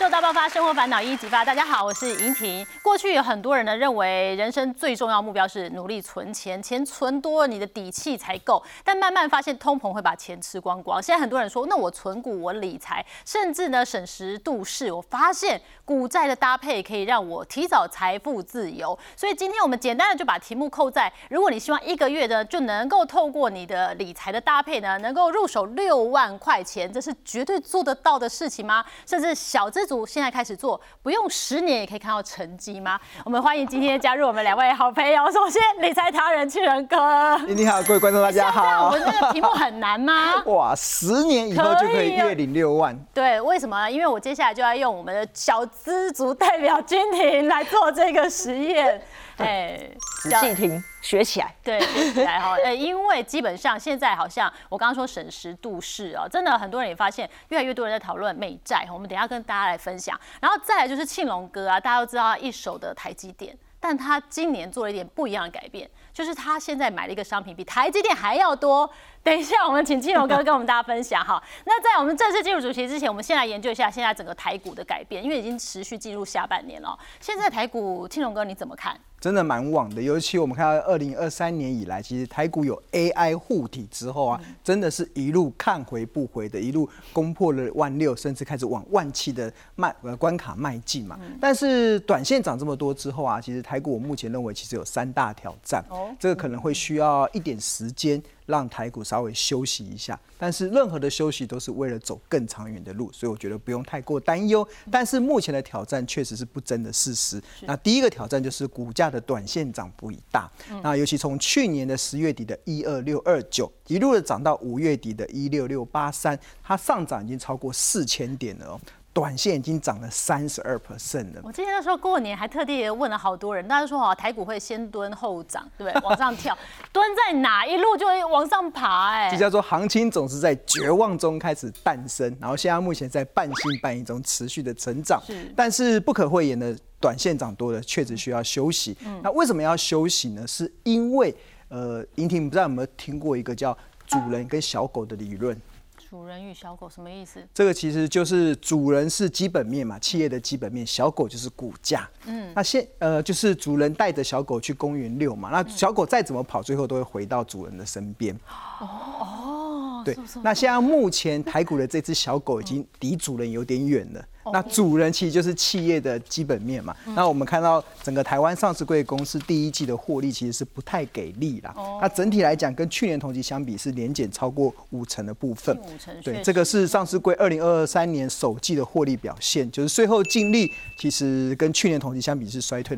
宙大爆发，生活烦恼一一激发。大家好，我是莹婷。过去有很多人呢认为人生最重要目标是努力存钱，钱存多了你的底气才够。但慢慢发现通膨会把钱吃光光。现在很多人说，那我存股，我理财，甚至呢审时度势。我发现股债的搭配可以让我提早财富自由。所以今天我们简单的就把题目扣在：如果你希望1个月呢就能够透过你的理财的搭配呢，能够入手6万块钱，这是绝对做得到的事情吗？甚至小资族现在开始做，不用10年也可以看到成绩吗？我们欢迎今天加入我们2位好朋友。首先，理财达人庆仁哥， 你好，各位观众大家好。 我们这个题目很难吗？ 哇，10年以后就可以月领6万。 对，为什么呢？因为我接下来就要用我们的小资族代表君婷来做这个实验。 仔细听，学起来。 对，学起来哈。因为基本上现在好像我刚刚说审时度势哦，真的很多人也发现越来越多人在讨论美债，我们等一下跟大家来分享。然后再来就是庆隆哥啊，大家都知道他一手的台积电，但他今年做了一点不一样的改变，就是他现在买了一个商品比台积电还要多。等一下，我们请庆隆哥跟我们大家分享哈。那在我们正式进入主题之前，我们先来研究一下现在整个台股的改变，因为已经持续进入下半年了。现在台股，庆隆哥你怎么看？ 真的蛮旺的，尤其我们看到2023年以来，其实台股有 AI 护体之后啊，真的是一路看回不回的，一路攻破了16000，甚至开始往17000的关卡迈进嘛。但是短线涨这么多之后啊，其实台股我目前认为其实有3大挑战，这个可能会需要一点时间让台股稍微休息一下，但是任何的休息都是为了走更长远的路，所以我觉得不用太过担忧。但是目前的挑战确实是不争的事实。那第一个挑战就是股价的短线涨幅已大，那尤其从去年的10月底的12629，一路的涨到5月底的16683，它上涨已经超过4000点了哦。短线已经涨了32%了。 我记得那时候过年还特地问了好多人，大家说台股会先蹲后涨，对不对？往上跳，蹲在哪一路就会往上爬， 这叫做行情总是在绝望中开始诞生，然后现在目前在半信半疑中持续的成长。但是不可讳言的，短线涨多了确实需要休息。那为什么要休息呢？是因为莹婷不知道有没有听过一个叫主人跟小狗的理论。 主人与小狗什么意思？ 这个其实就是主人是基本面嘛，企业的基本面，小狗就是股价。那就是主人带着小狗去公园遛嘛，那小狗再怎么跑，最后都会回到主人的身边。对，那现在目前台股的这只小狗已经离主人有点远了。那主人其实就是企业的基本面嘛。那我们看到整个台湾上市柜公司第1季的获利其实是不太给力啦。那整体来讲，跟去年同期相比是年减超过50%的部分。对，这个是上市柜2023年首季的获利表现，就是税后净利其实跟去年同期相比是衰退了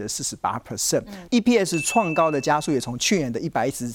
48%。EPS 创高的家数也从去年的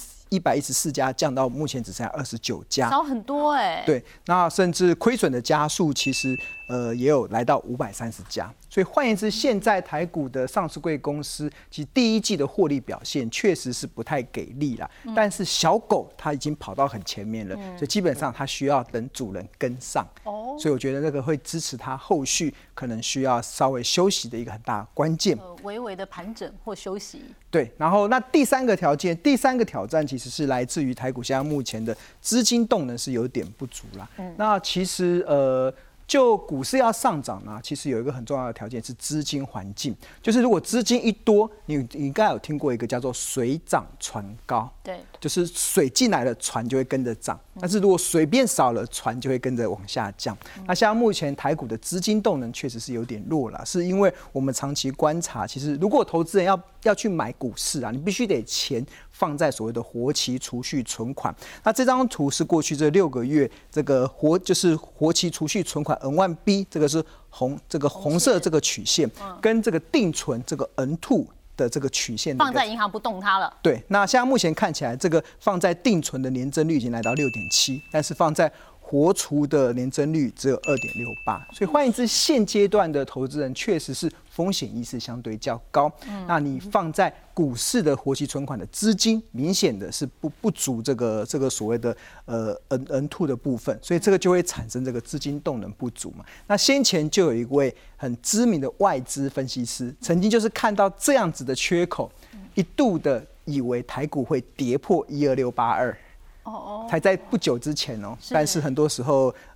114家降到目前只剩下29家， 少很多对，那甚至亏损的家数其实也有来到530家。所以换言之，现在台股的上市柜公司其实第1季的获利表现确实是不太给力啦。但是小狗它已经跑到很前面了，所以基本上它需要等主人跟上。所以我觉得那个会支持它后续可能需要稍微休息的一个很大的关键。 微微的盘整或休息。 对，然后那第3个挑战其实是来自于台股现在目前的资金动能是有点不足啦。那其实就股市要上涨呢，其实有一个很重要的条件是资金环境，就是如果资金一多，你刚才有听过一个叫做水涨船高， 对， 就是水进来了，船就会跟着涨，但是如果水变少了，船就会跟着往下降。那像目前台股的资金动能确实是有点弱了，是因为我们长期观察，其实如果投资人要去买股市啊，你必须得钱放在所谓的活期储蓄存款。那这张图是过去这6个月这个就是活期储蓄存款 N1B， 这个是红色这个曲线，跟这个定存这个 N2的这个曲线放在银行不动它了。 对，那现在目前看起来，这个放在定存的年增率已经来到6.7，但是放在活储的年增率只有2.68，所以换言之，现阶段的投资人确实是风险意识相对较高。那你放在股市的活期存款的资金，明显的是不足这个所谓的N2的部分，所以这个就会产生这个资金动能不足嘛。那先前就有一位很知名的外资分析师，曾经就是看到这样子的缺口，一度的以为台股会跌破12682。才在不久之前哦，但是很多时候，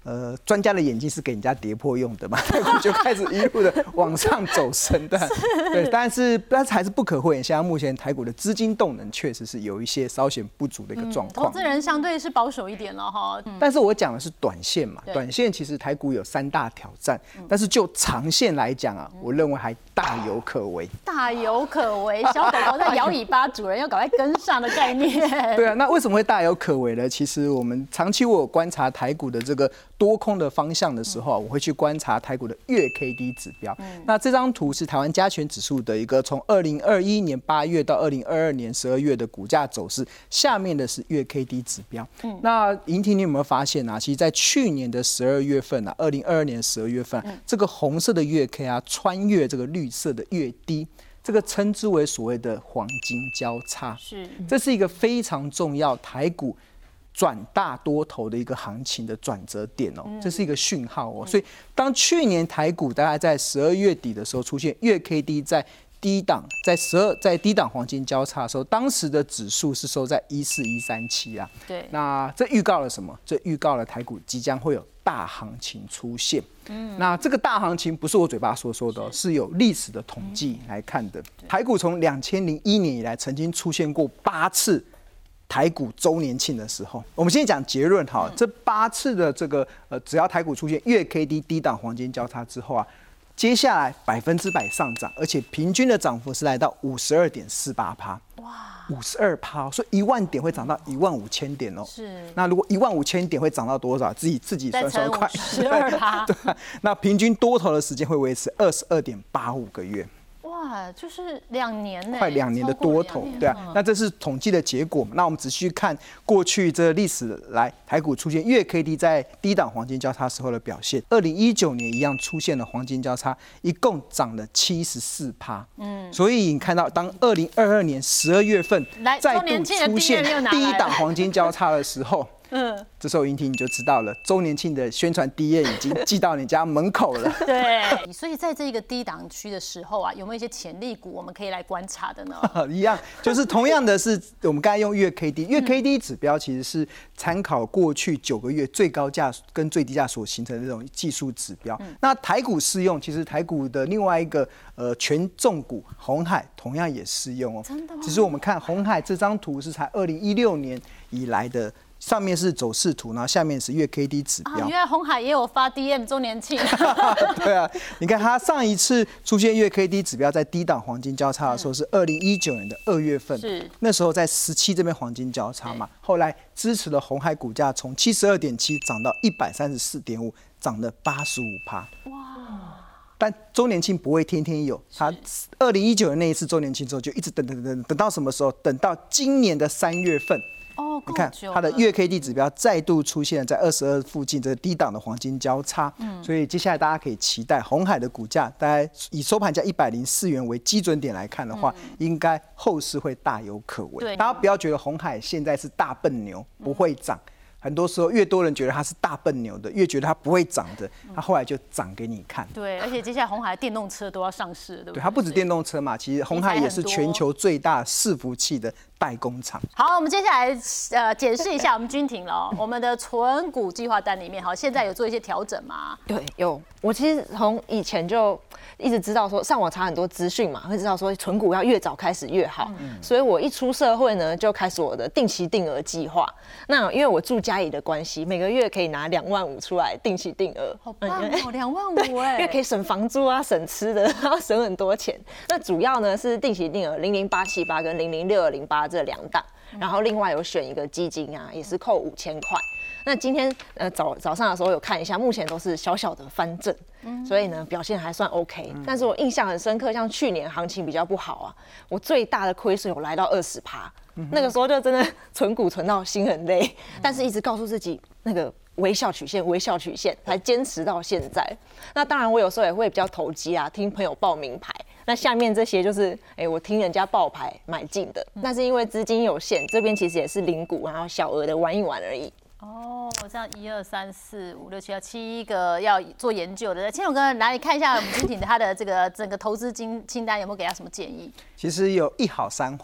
专家的眼睛是给人家跌破用的嘛，台股就开始一路的往上走升的，对，但是还是不可讳言，现在目前台股的资金动能确实是有一些稍显不足的一个状况。 投资人相对是保守一点了哈。 但是我讲的是短线嘛，短线其实台股有3大挑战，但是就长线来讲啊，我认为还大有可为。 大有可为，小狗狗在摇尾巴，主人要赶快跟上的概念。 对啊，那为什么会大有可为呢？其实我们长期我有观察台股的这个多空的方向的时候，我会去观察台股的月 K D 指标。那这张图是台湾加权指数的一个从2021年8月到2022年12月的股价走势，下面的是月 K D 指标。那莹婷，你有没有发现啊？其实，在去年的12月份啊，2022年12月份，这个红色的月 K 啊，穿越这个绿色的月低。这个称之为所谓的黄金交叉，这是一个非常重要台股转大多头的一个行情的转折点哦，这是一个讯号哦。所以当去年台股大概在12月底的时候出现月 K D 在低档，在低档黄金交叉的时候，当时的指数是收在14137啊。 对， 那这预告了什么？这预告了台股即将会有大行情出现。那这个大行情不是我嘴巴说的哦，是有历史的统计来看的。台股从2001年以来，曾经出现过8次台股周年庆的时候。我们先讲结论哈，这8次的这个只要台股出现月 K D 低档黄金交叉之后啊，接下来100%上涨，而且平均的涨幅是来到52.48%。哇，52%，所以1万点会涨到15000点哦。是，那如果15000点会涨到多少？自己算算快。 52%。 对，那平均多头的时间会维持22.85个月。 哇，就是2年呢， 快2年的多头，对啊，那这是统计的结果嘛？那我们只需看过去这历史来台股出现月 K D 在低档黄金交叉时候的表现。2019年一样出现了黄金交叉，一共涨了74%。所以你看到当2022年12月份再度出现低档黄金交叉的时候。这时候莹婷你就知道了，周年庆的宣传第1页已经寄到你家门口了。 对，所以在这个低档区的时候啊，有没有一些潜力股我们可以来观察的呢？ 一样，就是同样的是，我们刚才用月 K D， 月 K D 指标其实是参考过去9个月最高价跟最低价所形成的这种技术指标。那台股适用，其实台股的另外一个权重股鸿海同样也适用哦。真的吗？只是我们看鸿海这张图是才2016年以来的。上面是走势图，然后下面是月 K D 指标。 原来鸿海也有发 DM 周年庆。 对啊，你看它上一次出现月 K D 指标在低档黄金交叉的时候是2019年的2月份，那时候在17这边黄金交叉嘛，后来支持了鸿海股价从72.7涨到134.5，涨了85%。哇！但周年庆不会天天有，它2019年那一次周年庆之后就一直等到什么时候？等到今年的3月份。你看它的月 K D 指标再度出现在22附近这个低档的黄金交叉，所以接下来大家可以期待鸿海的股价，大概以收盘价104元为基准点来看的话，应该后市会大有可为。大家不要觉得鸿海现在是大笨牛不会涨。很多时候，越多人觉得它是大笨牛的，越觉得它不会涨的，它后来就涨给你看。 对，而且接下来鸿海的电动车都要上市了，对不对？ 对，它不止电动车嘛，其实鸿海也是全球最大伺服器的代工厂。 好，我们接下来检视一下我们君婷了。我们的存股计划单里面，现在有做一些调整吗？ 对，有。我其实从以前就一直知道说，上网查很多资讯嘛，会知道说存股要越早开始越好。所以我一出社会呢，就开始我的定期定额计划。那因为我住家里的关系，每个月可以拿2万5出来定期定额， 好棒哦，2万5哎， 因为可以省房租啊，省吃的，然后省很多钱。那主要呢是定期定额00878跟00608这2档，然后另外有选一个基金啊，也是扣5000块。那今天早上的时候有看一下，目前都是小小的翻正，所以呢表现还算 OK。但是我印象很深刻，像去年行情比较不好啊，我最大的亏损有来到20%，那个时候就真的存股存到心很累，但是一直告诉自己那个微笑曲线，才坚持到现在。那当然我有时候也会比较投机啊，听朋友报名牌。那下面这些就是我听人家报牌买进的，但是因为资金有限，这边其实也是零股，然后小额的玩一玩而已。 哦，这样1、2、3、4、5、6、7个要做研究的。千勇哥，来看一下我们君婷的他的这个整个投资清单有没有给他什么建议？ 其实有1好3坏。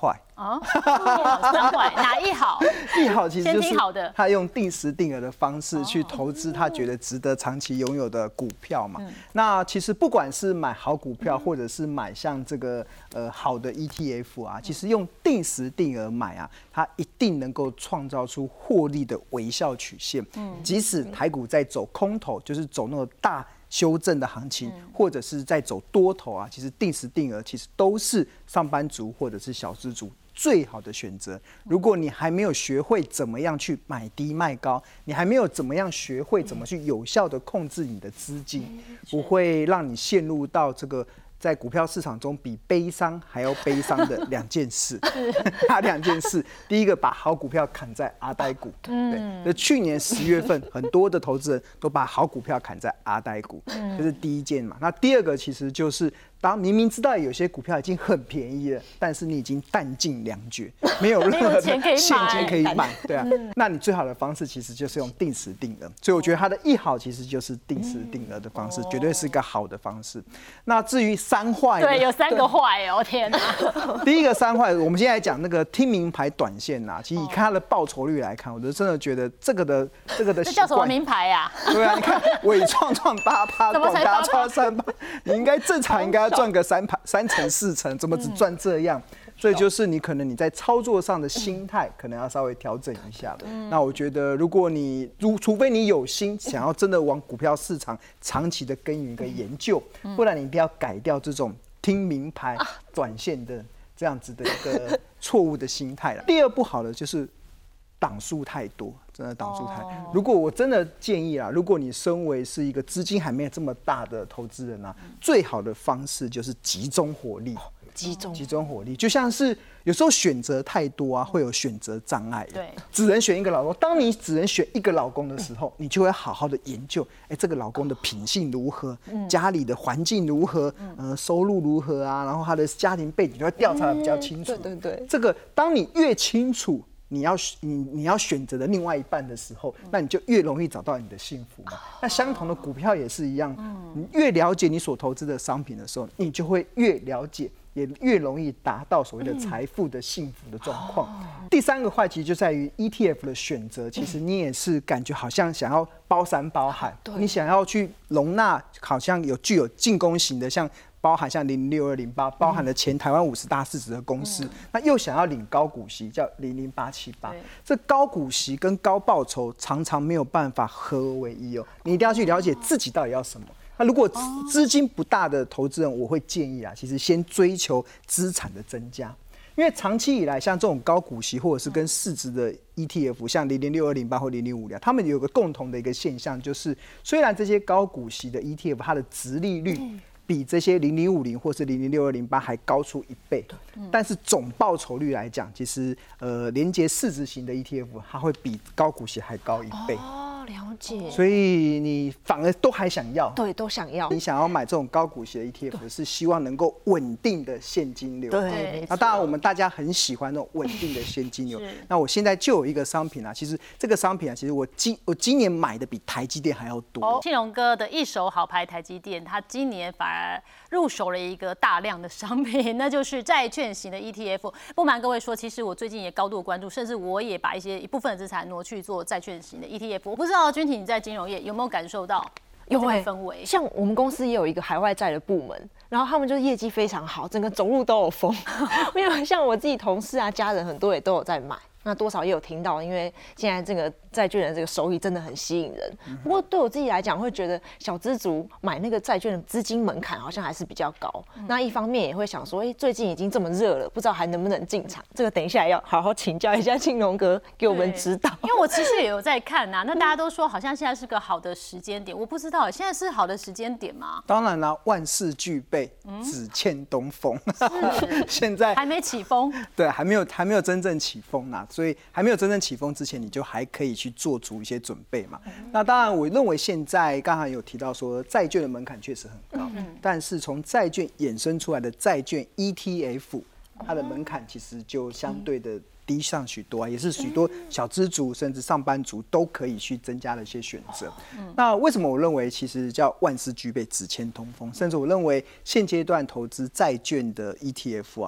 啊，3坏哪一好？ 一好其实就是先听好的他用定时定额的方式去投资他觉得值得长期拥有的股票嘛。那其实不管是买好股票，或者是买像这个好的 ETF 啊，其实用定时定额买啊，它一定能够创造出获利的微笑曲线。即使台股在走空头，就是走那种大修正的行情，或者是在走多头啊，其实定时定额其实都是上班族或者是小资族最好的选择。如果你还没有学会怎么样去买低卖高，你还没有怎么样学会怎么去有效的控制你的资金，不会让你陷入到这个在股票市场中比悲伤还要悲伤的2件事。哪2件事？第一个，把好股票砍在阿呆股。对，那去年10月份，很多的投资人都把好股票砍在阿呆股，这是第一件嘛。那第二个，其实就是当明明知道有些股票已经很便宜了，但是你已经弹尽粮绝，没有任何的现金可以买，对啊，那你最好的方式其实就是用定时定额。所以我觉得它的一好其实就是定时定额的方式，绝对是一个好的方式。那至于3坏， 对，有3个坏哦，天哪！ 第一个3坏，我们现在讲那个听名牌短线呐，其实以看它的报酬率来看，我真的觉得这个的这叫什么名牌呀？ 对啊，你看伟创8%，广达创3%，你应该正常应该要赚个3成4成，怎么只赚这样？所以就是你可能你在操作上的心态可能要稍微调整一下。那我觉得，如果你除非你有心想要真的往股票市场长期的耕耘跟研究，不然你一定要改掉这种听名牌短线的这样子的一个错误的心态了。第二不好的就是档数太多，真的档数太多。如果我真的建议啊，如果你身为是一个资金还没有这么大的投资人啊，最好的方式就是集中火力。集中火力，就像是有时候选择太多啊，会有选择障碍。 对， 只能选一个老公。当你只能选一个老公的时候，你就会好好的研究，这个老公的品性如何，家里的环境如何，收入如何啊，然后他的家庭背景就会调查的比较清楚。 对， 这个当你越清楚你要选择的另外一半的时候，那你就越容易找到你的幸福嘛。那相同的股票也是一样，你越了解你所投资的商品的时候，你就会越了解，也越容易达到所谓的财富的幸福的状况。第3个坏其实就在于 ETF 的选择，其实你也是感觉好像想要包山包海，你想要去容纳好像具有进攻型的，包含像00208，包含了前台湾50大市值的公司，那又想要领高股息，叫00878。这高股息跟高报酬常常没有办法合而为一哦，你一定要去了解自己到底要什么。那如果资金不大的投资人，我会建议啊，其实先追求资产的增加，因为长期以来，像这种高股息或者是跟市值的 ETF， 像006、208或0056，他们有个共同的一个现象，就是虽然这些高股息的 ETF 它的殖利率比这些0050或是006、208还高出1倍，但是总报酬率来讲，其实连结市值型的 ETF 它会比高股息还高1倍。 了解。 所以你反而都还想要， 对，都想要。 你想要买这种高股息的 ETF， 是希望能够稳定的现金流。 对， 那当然我们大家很喜欢那种稳定的现金流。那我现在就有一个商品啊，其实这个商品啊，其实我今年买的比台积电还要多。 庆隆哥的一手好牌台积电，他今年反而入手了一个大量的商品，那就是债券型的 ETF。不瞒各位说，其实我最近也高度关注，甚至我也把一部分的资产挪去做债券型的 ETF。我不知道君婷你在金融业有没有感受到这个氛围？ 像我们公司也有一个海外债的部门，然后他们就是业绩非常好，整个走路都有风。因为像我自己同事啊、家人很多也都有在买。那多少也有听到，因为现在这个债券的这个收益真的很吸引人。不过对我自己来讲，会觉得小资族买那个债券的资金门槛好像还是比较高。那一方面也会想说，最近已经这么热了，不知道还能不能进场？这个等一下要好好请教一下庆隆哥，给我们指导。 因为我其实也有在看呐，那大家都说好像现在是个好的时间点，我不知道现在是好的时间点吗？ 当然啦，万事俱备，只欠东风。现在还没起风， 对，还没有真正起风啦。所以还没有真正起风之前，你就还可以去做足一些准备嘛。那当然，我认为现在刚才有提到说，债券的门槛确实很高，但是从债券衍生出来的债券 ETF， 它的门槛其实就相对的低上许多啊，也是许多小资族甚至上班族都可以去增加的一些选择。那为什么我认为其实叫万事俱备，只欠东风？甚至我认为现阶段投资债券的 ETF 啊，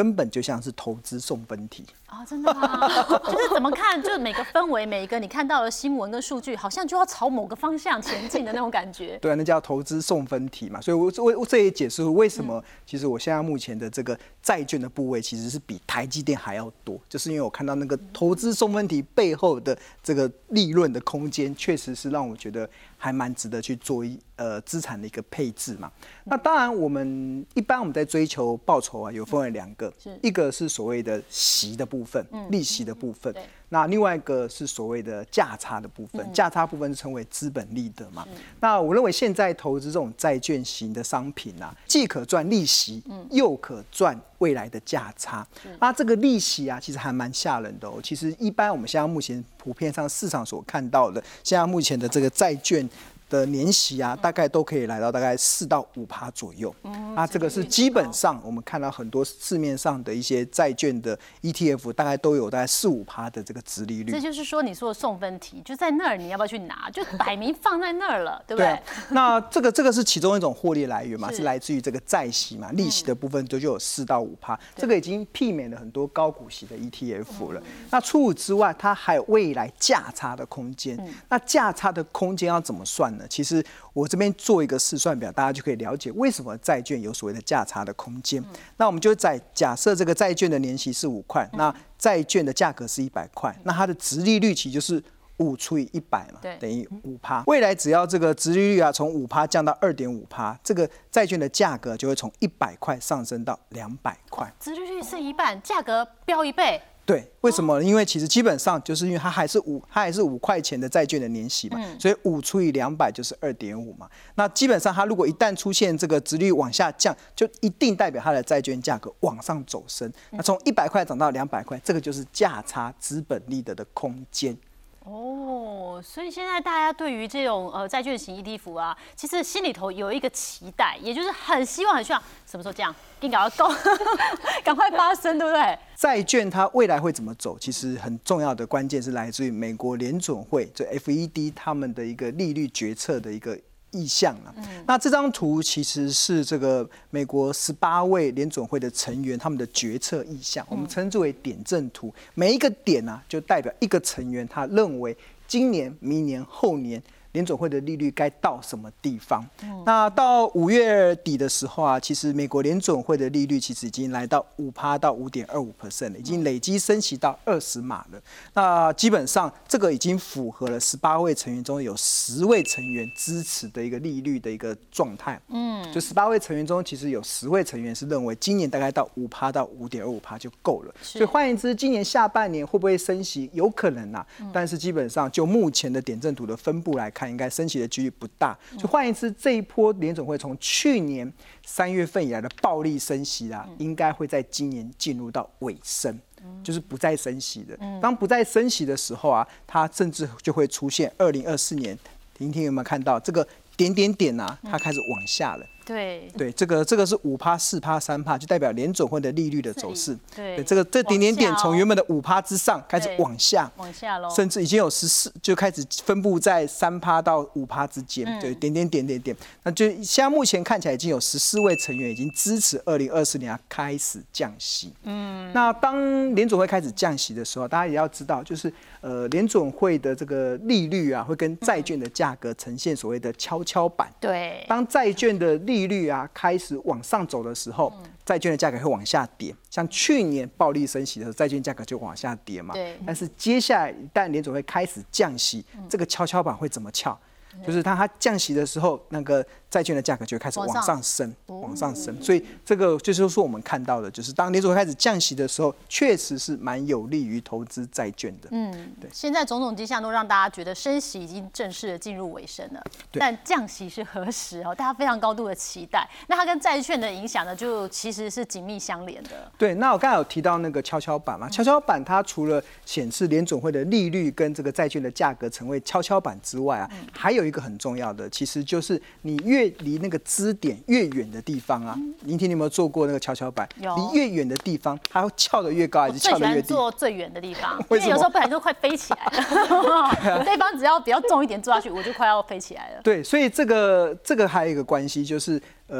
根本就像是投资送分题。 啊，真的吗？就是怎么看，就是每个氛围，每一个你看到的新闻跟数据，好像就要朝某个方向前进的那种感觉。 对啊，那叫投资送分题嘛。所以我这也解释为什么，其实我现在目前的这个债券的部位其实是比台积电还要多，就是因为我看到那个投资送分题背后的这个利润的空间，确实是让我觉得还蛮值得去做资产的一个配置嘛。那当然，一般我们在追求报酬啊，有分为2个，一个是所谓的息的部分，利息的部分。那另外一个是所谓的价差的部分，价差部分是称为资本利得嘛。那我认为现在投资这种债券型的商品啊，既可赚利息，又可赚未来的价差。那这个利息啊，其实还蛮吓人的哦。其实一般我们现在目前普遍上市场所看到的，现在目前的这个债券的年息啊，大概都可以来到大概4到5%左右。那这个是基本上我们看到很多市面上的一些债券的 ETF， 大概都有大概4-5%的这个殖利率。 这就是说你说的送分题就在那儿，你要不要去拿？就摆明放在那儿了，对不对？对啊， 那这个是其中一种获利来源嘛，是来自于这个债息嘛，利息的部分就有4到5%，这个已经媲美了很多高股息的 ETF 了。那除此之外，它还有未来价差的空间。那价差的空间要怎么算呢？其实我这边做一个试算表，大家就可以了解为什么债券有所谓的价差的空间。那我们就假设这个债券的年息是5块，那债券的价格是100块，那它的殖利率其实就是5除以100嘛，等于5%。未来只要这个殖利率啊从5%降到2.5%，这个债券的价格就会从100块上升到200块。 殖利率是1半，价格飙1倍。 对，为什么？因为其实基本上就是因为它还是5块钱的债券的年息嘛，所以5除以200就是2.5嘛。那基本上它如果一旦出现这个殖利率往下降，就一定代表它的债券价格往上走升。那从100块涨到200块，这个就是价差资本利得的空间。 哦，所以现在大家对于这种债券型 ETF 啊，其实心里头有一个期待，也就是很希望什么时候这样，赶快够，赶快发生，对不对？ 债券它未来会怎么走？其实很重要的关键是来自于美国联准会，就 FED 他们的一个利率决策的一个意向啊。那这张图其实是这个美国18位联准会的成员他们的决策意向，我们称之为点阵图。每一个点啊，就代表一个成员他认为今年、明年、后年联准会的利率该到什么地方？那到5月底的时候啊，其实美国联准会的利率其实已经来到5%到5.25%了，已经累积升息到20码了。那基本上这个已经符合了18位成员中有10位成员支持的一个利率的一个状态。就18位成员中，其实有10位成员是认为今年大概到5%到5.25%就够了。所以换言之，今年下半年会不会升息？有可能啊，但是基本上就目前的点阵图的分布来看，应该升息的几率不大。就换言之，这一波联准会从去年3月份以来的暴力升息啊，应该会在今年进入到尾声，就是不再升息的。当不再升息的时候啊，它甚至就会出现2024年，婷婷有没有看到这个点点点啊？它开始往下了。对，这个是5%、4%、3%，就代表联准会的利率的走势。对，这点点点从原本的5%之上开始往下咯， 甚至已经有14，就开始分布在3%到5%之间。对，点。那就现在目前看起来已经有14位成员已经支持2024年要开始降息。那当联准会开始降息的时候，大家也要知道，就是联准会的这个利率啊，会跟债券的价格呈现所谓的跷跷板。 对， 当债券的利率啊开始往上走的时候，债券的价格会往下跌。像去年暴力升息的时候，债券价格就往下跌嘛。但是接下来一旦联准会开始降息，这个跷跷板会怎么翘？就是当它降息的时候，那个债券的价格就会开始往上升，所以这个就是说我们看到的，就是当联准会开始降息的时候，确实是蛮有利于投资债券的。 对。现在种种迹象都让大家觉得升息已经正式的进入尾声了，但降息是何时？大家非常高度的期待。那它跟债券的影响呢，就其实是紧密相连的。 对，那我刚才有提到那个跷跷板嘛，跷跷板它除了显示联准会的利率跟这个债券的价格成为跷跷板之外啊，还有一个很重要的，其实就是你越离那个支点越远的地方啊。林婷，你有没有做过那个跷跷板？离越远的地方，它翘得越高还是翘得越低？ 最喜欢坐最远的地方，因为有时候不然就快飞起来了。对方只要比较重一点坐下去，我就快要飞起来了。 对，所以这个还有一个关系就是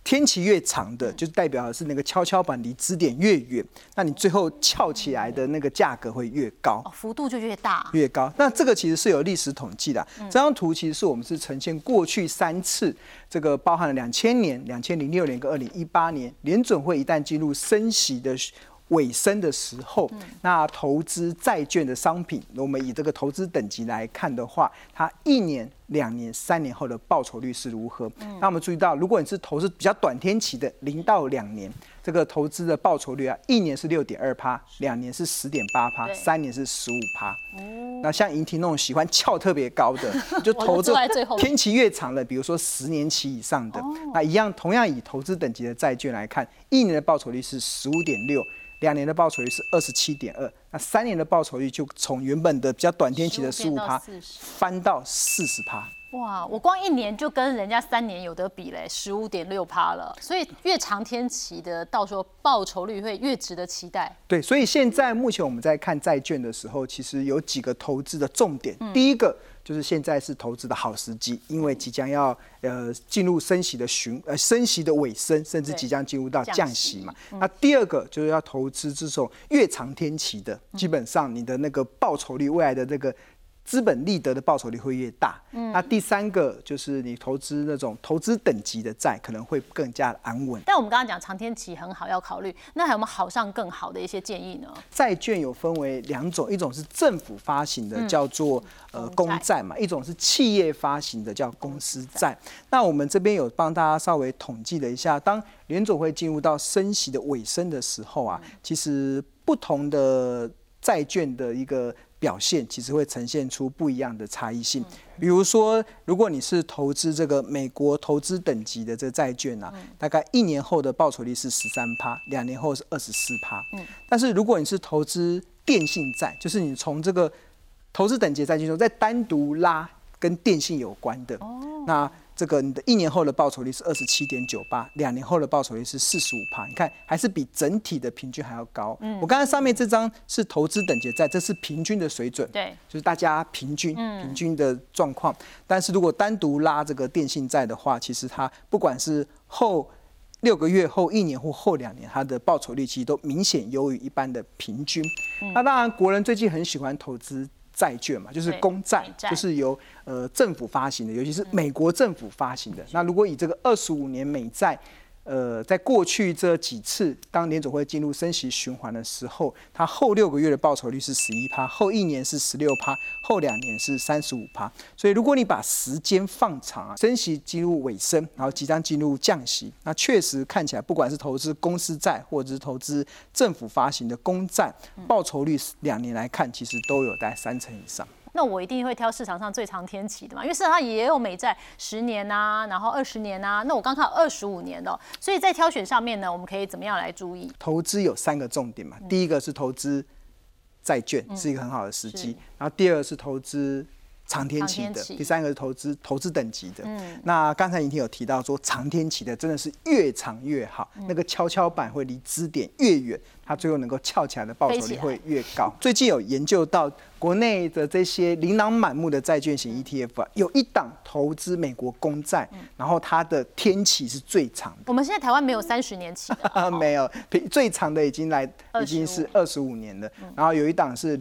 天期越长的，就代表的是那个跷跷板离支点越远，那你最后翘起来的那个价格会越高， 幅度就越大。 越高。那这个其实是有历史统计的，这张图其实是我们是呈现过去3次，这个包含了2000年、2006年跟2018年，联准会一旦进入升息的尾声的时候，那投资债券的商品，我们以这个投资等级来看的话，它1年、2年、3年后的报酬率是如何？那我们注意到，如果你是投资比较短天期的0到2年，这个投资的报酬率啊，1年是6.2%，2年是10.8%，3年是15%。那像莹婷那种喜欢翘特别高的，就投这天期越长的，比如说10年期以上的，那一样同样以投资等级的债券来看，1年的报酬率是15.6%，2年的报酬率是27.2%，那3年的报酬率就从原本的比较短天期的15%翻到40%。 哇，我光1年就跟人家3年有得比嘞，15.6%了。所以越长天期的，到时候报酬率会越值得期待。 对，所以现在目前我们在看债券的时候，其实有几个投资的重点。第一个就是现在是投资的好时机，因为即将要进入升息的尾声，甚至即将进入到降息嘛。那第二个就是要投资这种越长天期的，基本上你的那个报酬率未来的这个资本利得的报酬率会越大。那第三个就是你投资那种投资等级的债，可能会更加安稳。 但我们刚刚讲长天期很好要考虑，那还有没有好上更好的一些建议呢？ 债券有分为2种，一种是政府发行的，叫做公债嘛；一种是企业发行的，叫公司债。那我们这边有帮大家稍微统计了一下，当联准会进入到升息的尾声的时候啊，其实不同的债券的一个表现其实会呈现出不一样的差异性。比如说，如果你是投资这个美国投资等级的这债券啊，大概1年后的报酬率是13%，2年后是24%。但是如果你是投资电信债，就是你从这个投资等级的债券中再单独拉跟电信有关的，那这个你的1年后的报酬率是27.98%，2年后的报酬率是45%，你看还是比整体的平均还要高。我刚才上面这张是投资等级债，这是平均的水准， 对， 就是大家平均的状况。但是如果单独拉这个电信债的话，其实它不管是后6个月、后1年或后2年，它的报酬率其实都明显优于一般的平均。那当然，国人最近很喜欢投资债券嘛，就是公债，就是由政府发行的，尤其是美国政府发行的。那如果以这个25年美债，在过去这几次，当联准会进入升息循环的时候，它后6个月的报酬率是11%，后1年是16%，后2年是35%。所以如果你把时间放长啊，升息进入尾声，然后即将进入降息，那确实看起来，不管是投资公司债或者是投资政府发行的公债，报酬率2年来看，其实都有大概3成以上。 那我一定会挑市场上最长天期的嘛，因为市场上也有美债10年啊，然后20年啊，那我刚看25年的，所以在挑选上面呢，我们可以怎么样来注意？ 投资有3个重点嘛，第一个是投资债券，是一个很好的时机，然后第二个是投资长天期的，第3个是投资等级的。那刚才莹婷有提到说，长天期的真的是越长越好，那个跷跷板会离支点越远，它最后能够翘起来的报酬率会越高。最近有研究到国内的这些琳琅满目的债券型 ETF 啊，有一档投资美国公债，然后它的天期是最长的。 我们现在台湾没有30年期的， 没有，最长的已经是25年了。然后有一档是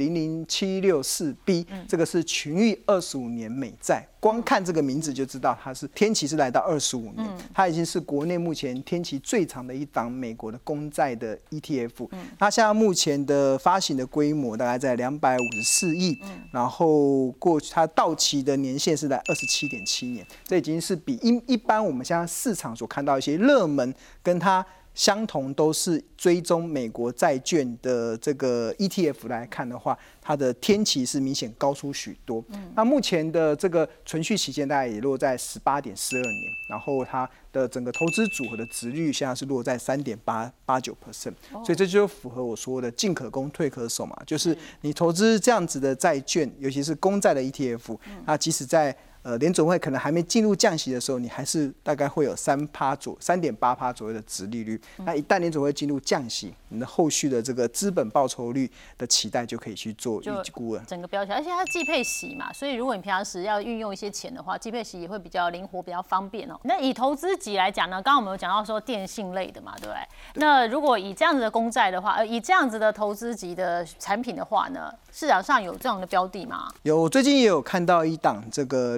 00764B，这个是群益25年美债。光看这个名字就知道，它是天期是来到25年，它已经是国内目前天期最长的一档美国的公债的 ETF。它现在目前的发行的规模大概在254亿，然后过去它到期的年限是在27.7年，这已经是比一般我们现在市场所看到一些热门跟它相同都是追踪美国债券的这个 ETF 来看的话，它的天期是明显高出许多。那目前的这个存续期间大概也落在18.42年，然后它的整个投资组合的殖率现在是落在3.89%，所以这就符合我说的进可攻退可守嘛，就是你投资这样子的债券，尤其是公债的 ETF，那即使在联准会可能还没进入降息的时候，你还是大概会有3.8%左右的殖利率。那一旦联准会进入降息，你的后续的这个资本报酬率的期待就可以去做预估了。 整个标起来，而且它季配息嘛，所以如果你平常时要运用一些钱的话，季配息也会比较灵活，比较方便哦。那以投资级来讲呢，刚刚我们有讲到说电信类的嘛，对不对？那如果以这样子的公债的话，以这样子的投资级的产品的话呢，市场上有这样的标的吗？ 有，我最近也有看到一档这个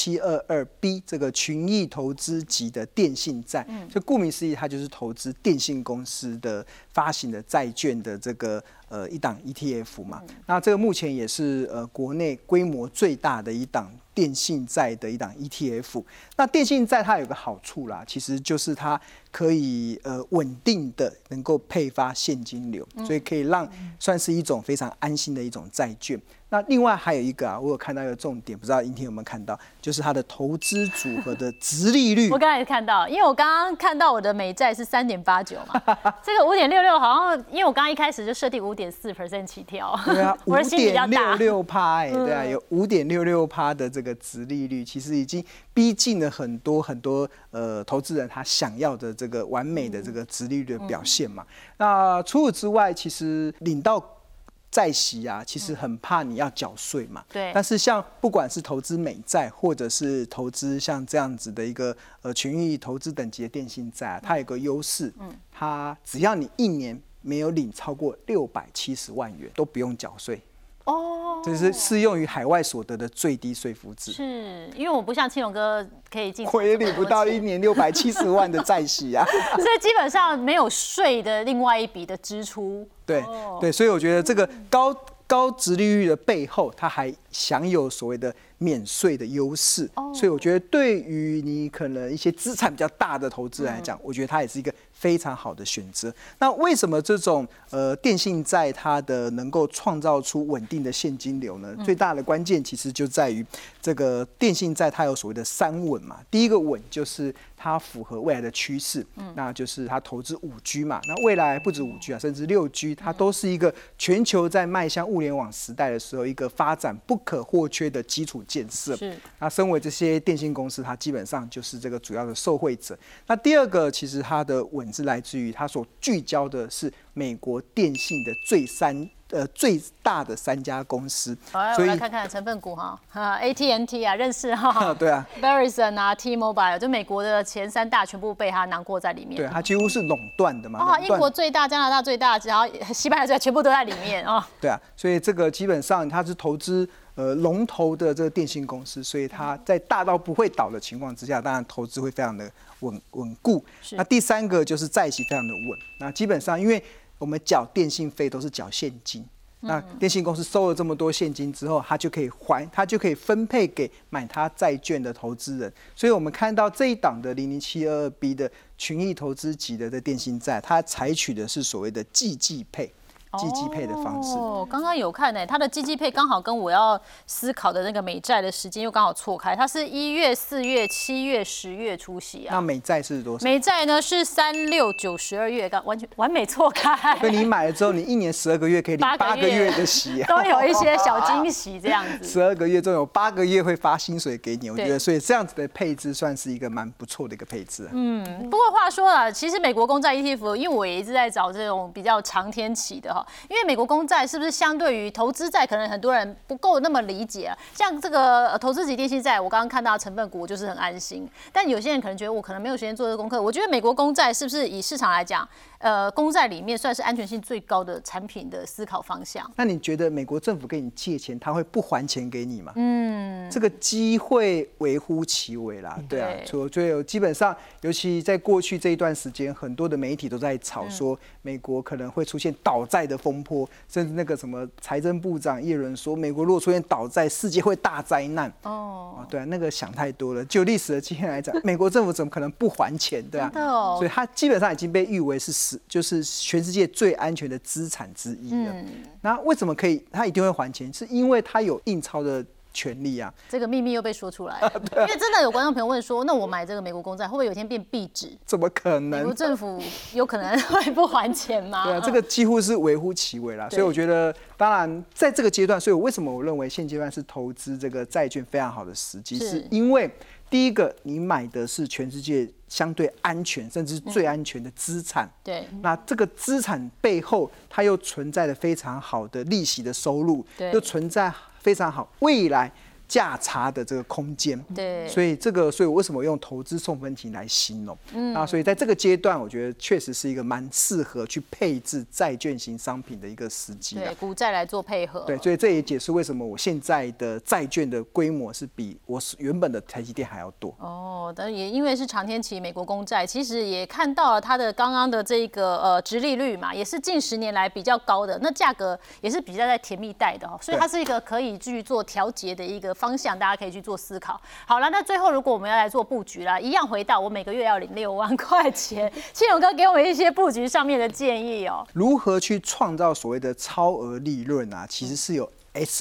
00722B 这个群益投资级的电信债，就顾名思义，它就是投资电信公司的发行的债券的这个一档 ETF 嘛。那这个目前也是国内规模最大的一档电信债的一档 ETF。那电信债它有个好处啦，其实就是它可以稳定的能够配发现金流，所以可以让算是一种非常安心的一种债券。那另外还有一个啊，我有看到一个重点，不知道英天有没有看到，就是它的投资组合的殖利率。 我刚才也看到，因为我刚刚看到我的美债是3.89嘛，这个5.66好像，因为我刚刚一开始就设定5.4% 起跳， 对啊， 我的心比较大。 5.66%，对啊，有5.66%的这个殖利率，其实已经逼近了很多投资人他想要的这个完美的这个殖利率的表现嘛。那除此之外，其实领到债息啊，其实很怕你要缴税嘛。 对。 但是像不管是投资美债，或者是投资像这样子的一个群益投资等级的电信债啊，它有个优势，它只要你一年没有领超过670万元，都不用缴税。哦，这是适用于海外所得的最低税负制。 是因为我不像庆隆哥可以进， 我也领不到一年670万的债息啊， 所以基本上没有税的另外一笔的支出。 对对，所以我觉得这个高殖利率的背后，它还享有所谓的免税的优势。所以我觉得对于你可能一些资产比较大的投资人来讲，我觉得它也是一个非常好的选择。那为什么这种电信债它的能够创造出稳定的现金流呢？最大的关键其实就在于这个电信债它有所谓的3稳嘛。第一个稳就是它符合未来的趋势，那就是它投资5G 嘛。那未来不止5G 啊，甚至6G，它都是一个全球在迈向物联网时代的时候一个发展不可或缺的基础建设。是。那身为这些电信公司，它基本上就是这个主要的受惠者。那第二个，其实它的稳是来自于它所聚焦的是美国电信的最大的3家公司。 我来看看成分股哈，AT&T 啊，认识哈， 对啊 ，Verizon 啊 ，T-Mobile， 就美国的前3大全部被它囊括在里面。 对，它几乎是垄断的嘛。 英国最大，加拿大最大，然后西班牙最大，全部都在里面哦。 对啊，所以这个基本上它是投资龙头的这个电信公司，所以它在大到不会倒的情况之下，当然投资会非常的稳固。那第3个就是债息非常的稳。那基本上因为我们缴电信费都是缴现金，那电信公司收了这么多现金之后，它就可以分配给买它债券的投资人。所以我们看到这一档的00722B 的群益投资级的电信债，它采取的是所谓的季配的方式。 刚刚有看它的季配刚好跟我要思考的那个美债的时间又刚好错开，它是1月、4月、7月、10月出席啊。 那美债是多少？ 美债呢是3、6、9、12月，完全完美错开。 所以你买了之后，你1年12个月可以领8个月的息， 都有一些小惊喜这样子。 12个月中有8个月会发薪水给你，我觉得所以这样子的配置算是一个蛮不错的一个配置。 不过话说了，其实美国公债 ETF， 因为我也一直在找这种比较长天期的。因为美国公债是不是相对于投资债，可能很多人不够那么理解啊？像这个投资级电信债，我刚刚看到成分股就是很安心，但有些人可能觉得我可能没有时间做这个功课。我觉得美国公债是不是以市场来讲，公债里面算是安全性最高的产品的思考方向？ 那你觉得美国政府跟你借钱，他会不还钱给你吗？这个机会微乎其微啦。对啊，所以基本上，尤其在过去这一段时间，很多的媒体都在炒说美国可能会出现倒债的风波，甚至那个什么财政部长耶伦说，美国如果出现倒债，世界会大灾难。对啊，那个想太多了。就历史的经验来讲，美国政府怎么可能不还钱？对啊，所以它基本上已经被誉为就是全世界最安全的资产之一了。那为什么可以？它一定会还钱，是因为它有印钞的权利啊。 这个秘密又被说出来了，因为真的有观众朋友问说，那我买这个美国公债会不会有一天变币值？ 怎么可美国能？ 政府有可能会不还钱吗？ 对啊，这个几乎是微乎其微啦。所以我觉得，当然在这个阶段，所以为什么我认为现阶段是投资这个债券非常好的时机，是因为第一个，你买的是全世界相对安全，甚至最安全的资产。 对， 那这个资产背后，它又存在着非常好的利息的收入，又存在非常好未来价差的这个空间。 对， 所以我为什么用投资送分题来形容？所以在这个阶段，我觉得确实是一个蛮适合去配置债券型商品的一个时机。 对，股债来做配合。 对，所以这也解释为什么我现在的债券的规模是比我原本的台积电还要多。 哦，但也因为是长天期美国公债，其实也看到了它的刚刚的这个殖利率嘛，也是近10年来比较高的，那价格也是比较在甜蜜带的哦，所以它是一个可以去做调节的一个方向，大家可以去做思考。好了，那最后如果我们要来做布局啦，一样回到我每个月要领6万块钱，庆勇哥给我们一些布局上面的建议哦。 如何去创造所谓的超额利润啊？其实是有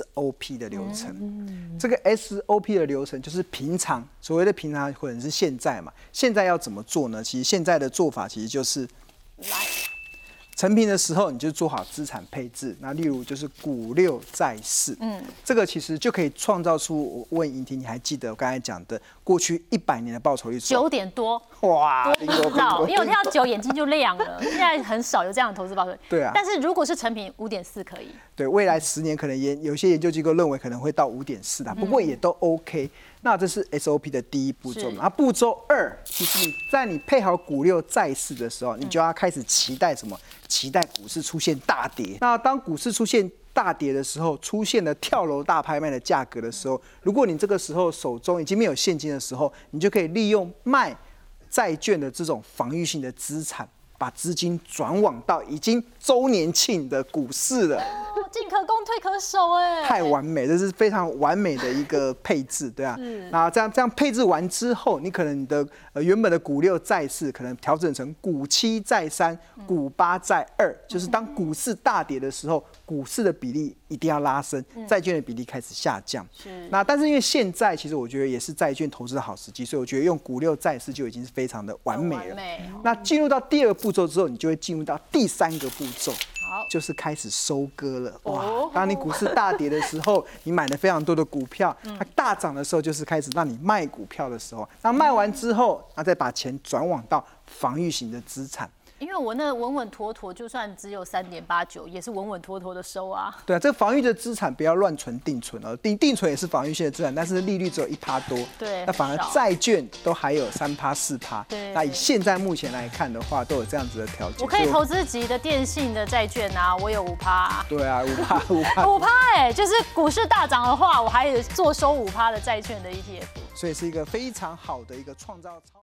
SOP 的流程。这个 SOP 的流程就是平常所谓的平常，或者是现在嘛。现在要怎么做呢？其实现在的做法其实就是成平的时候，你就做好资产配置。那例如就是股6债4，这个其实就可以创造出。我问莹婷，你还记得我刚才讲的过去100年的报酬率 ？9点多， 哇， 不知道，因为我听到9眼睛就亮了。现在很少有这样的投资报酬率。 对啊， 但是如果是成平5.4可以。 对，未来10年可能有些研究机构认为可能会到5.4啦，不过也都 OK。那这是 SOP 的第一步骤嘛。那步骤2，其实你配好股6债4的时候，你就要开始期待什么？期待股市出现大跌。那当股市出现大跌的时候，出现了跳楼大拍卖的价格的时候，如果你这个时候手中已经没有现金的时候，你就可以利用卖债券的这种防御性的资产，把资金转往到已经周年庆的股市了。 进可攻，退可守，哎， 太完美，这是非常完美的一个配置，对啊。那这样配置完之后，你可能你的原本的股6债4，可能调整成股7债3、股8债2，就是当股市大跌的时候，股市的比例一定要拉升，债券的比例开始下降。那但是因为现在其实我觉得也是债券投资的好时机，所以我觉得用股6债4就已经是非常的完美了。那进入到第2个步骤之后，你就会进入到第3个步骤。就是开始收割了哇！当你股市大跌的时候，你买了非常多的股票；它大涨的时候，就是开始让你卖股票的时候。那卖完之后，那再把钱转往到防御型的资产。 因为我那稳稳妥妥，就算只有3.89，也是稳稳妥妥的收啊。 对啊，这个防御的资产不要乱存定存哦，定存也是防御性的资产，但是利率只有1%多。 对， 那反而债券都还有3%、4%。 对， 那以现在目前来看的话，都有这样子的条件。 我可以投资级的电信的债券啊，我有5%。 对啊，5% 哎，就是股市大涨的话，我还有做收5%的债券的 ETF。 所以是一个非常好的一个创造。